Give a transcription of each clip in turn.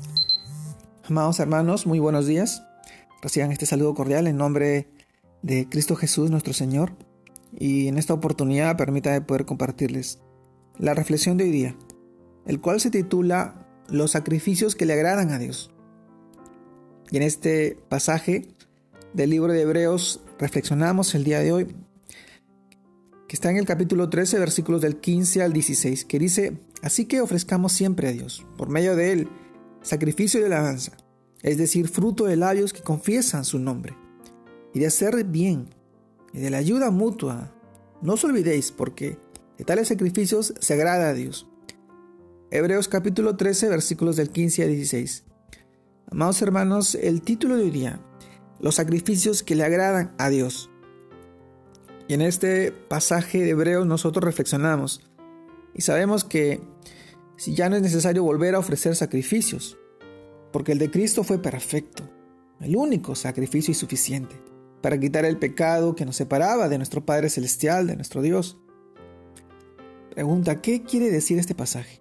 Amados hermanos, muy buenos días. Reciban este saludo cordial en nombre de Cristo Jesús nuestro Señor. Y en esta oportunidad permítame poder compartirles la reflexión de hoy día, el cual se titula Los sacrificios que le agradan a Dios. Y en este pasaje del libro de Hebreos reflexionamos el día de hoy, que está en el capítulo 13, versículos del 15 al 16, que dice: Así que ofrezcamos siempre a Dios, por medio de Él, sacrificio de alabanza, es decir, fruto de labios que confiesan su nombre, y de hacer bien, y de la ayuda mutua. No os olvidéis, porque de tales sacrificios se agrada a Dios. Hebreos capítulo 13, versículos del 15 al 16. Amados hermanos, el título de hoy día: los sacrificios que le agradan a Dios. Y en este pasaje de Hebreos nosotros reflexionamos y sabemos que si ya no es necesario volver a ofrecer sacrificios, porque el de Cristo fue perfecto, el único sacrificio y suficiente para quitar el pecado que nos separaba de nuestro Padre Celestial, de nuestro Dios. Pregunta: ¿qué quiere decir este pasaje?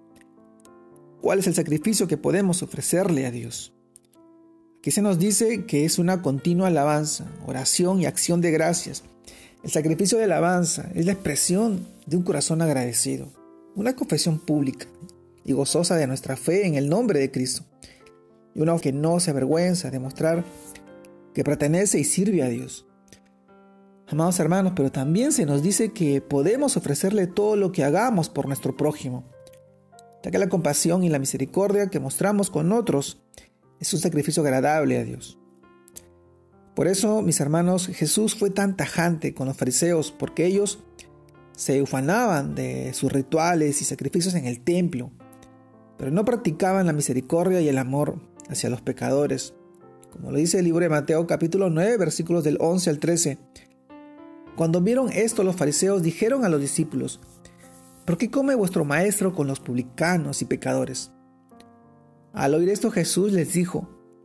¿Cuál es el sacrificio que podemos ofrecerle a Dios? Aquí se nos dice que es una continua alabanza, oración y acción de gracias. El sacrificio de alabanza es la expresión de un corazón agradecido, una confesión pública y gozosa de nuestra fe en el nombre de Cristo, y uno que no se avergüenza de mostrar que pertenece y sirve a Dios. Amados hermanos, pero también se nos dice que podemos ofrecerle todo lo que hagamos por nuestro prójimo, ya que la compasión y la misericordia que mostramos con otros es un sacrificio agradable a Dios. Por eso, mis hermanos, Jesús fue tan tajante con los fariseos, porque ellos se ufanaban de sus rituales y sacrificios en el templo, pero no practicaban la misericordia y el amor hacia los pecadores. Como lo dice el libro de Mateo capítulo 9, versículos del 11 al 13. Cuando vieron esto, los fariseos dijeron a los discípulos: ¿por qué come vuestro maestro con los publicanos y pecadores? Al oír esto, Jesús les dijo: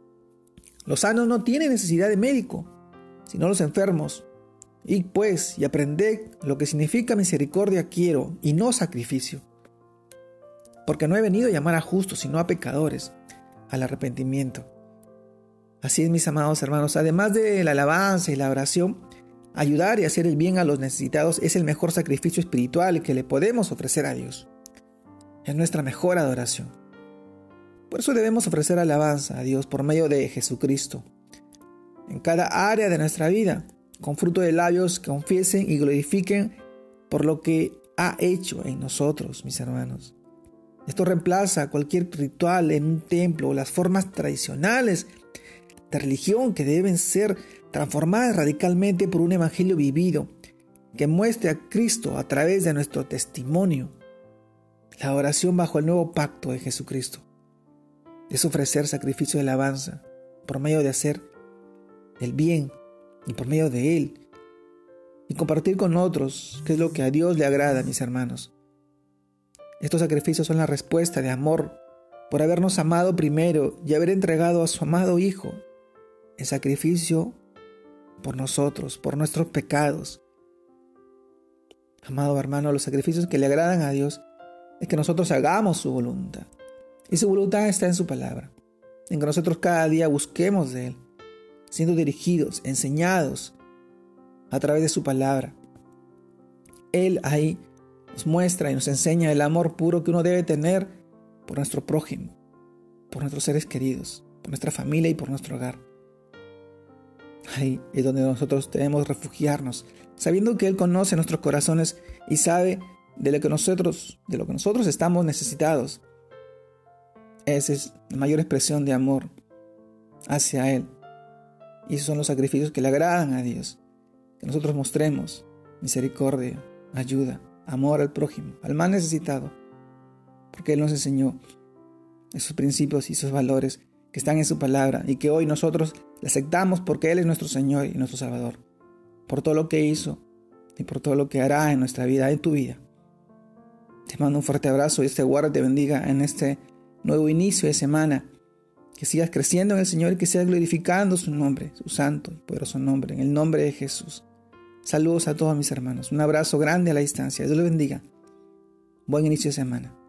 los sanos no tienen necesidad de médico, sino los enfermos. Id pues y aprended lo que significa misericordia quiero y no sacrificio. Porque no he venido a llamar a justos, sino a pecadores, al arrepentimiento. Así es, mis amados hermanos, además de la alabanza y la oración, ayudar y hacer el bien a los necesitados es el mejor sacrificio espiritual que le podemos ofrecer a Dios. Es nuestra mejor adoración. Por eso debemos ofrecer alabanza a Dios por medio de Jesucristo, en cada área de nuestra vida, con fruto de labios que confiesen y glorifiquen por lo que ha hecho en nosotros, mis hermanos. Esto reemplaza cualquier ritual en un templo o las formas tradicionales de religión que deben ser transformadas radicalmente por un evangelio vivido que muestre a Cristo a través de nuestro testimonio. La oración bajo el nuevo pacto de Jesucristo es ofrecer sacrificio de alabanza por medio de hacer el bien y por medio de Él, y compartir con otros qué es lo que a Dios le agrada, mis hermanos. Estos sacrificios son la respuesta de amor por habernos amado primero y haber entregado a su amado Hijo en sacrificio por nosotros, por nuestros pecados. Amado hermano, los sacrificios que le agradan a Dios es que nosotros hagamos su voluntad. Y su voluntad está en su palabra, en que nosotros cada día busquemos de Él, siendo dirigidos, enseñados a través de su palabra. Él ahí nos muestra y nos enseña el amor puro que uno debe tener por nuestro prójimo, por nuestros seres queridos, por nuestra familia y por nuestro hogar. Ahí es donde nosotros debemos refugiarnos, sabiendo que Él conoce nuestros corazones y sabe de lo que nosotros estamos necesitados. Esa es la mayor expresión de amor hacia Él. Y esos son los sacrificios que le agradan a Dios. Que nosotros mostremos misericordia, ayuda, amor al prójimo, al más necesitado. Porque Él nos enseñó esos principios y esos valores que están en su palabra y que hoy nosotros le aceptamos porque Él es nuestro Señor y nuestro Salvador. Por todo lo que hizo y por todo lo que hará en nuestra vida, en tu vida. Te mando un fuerte abrazo y Dios te guarde y te bendiga en este nuevo inicio de semana. Que sigas creciendo en el Señor y que sigas glorificando su nombre, su santo y poderoso nombre, en el nombre de Jesús. Saludos a todos mis hermanos. Un abrazo grande a la distancia. Dios los bendiga. Buen inicio de semana.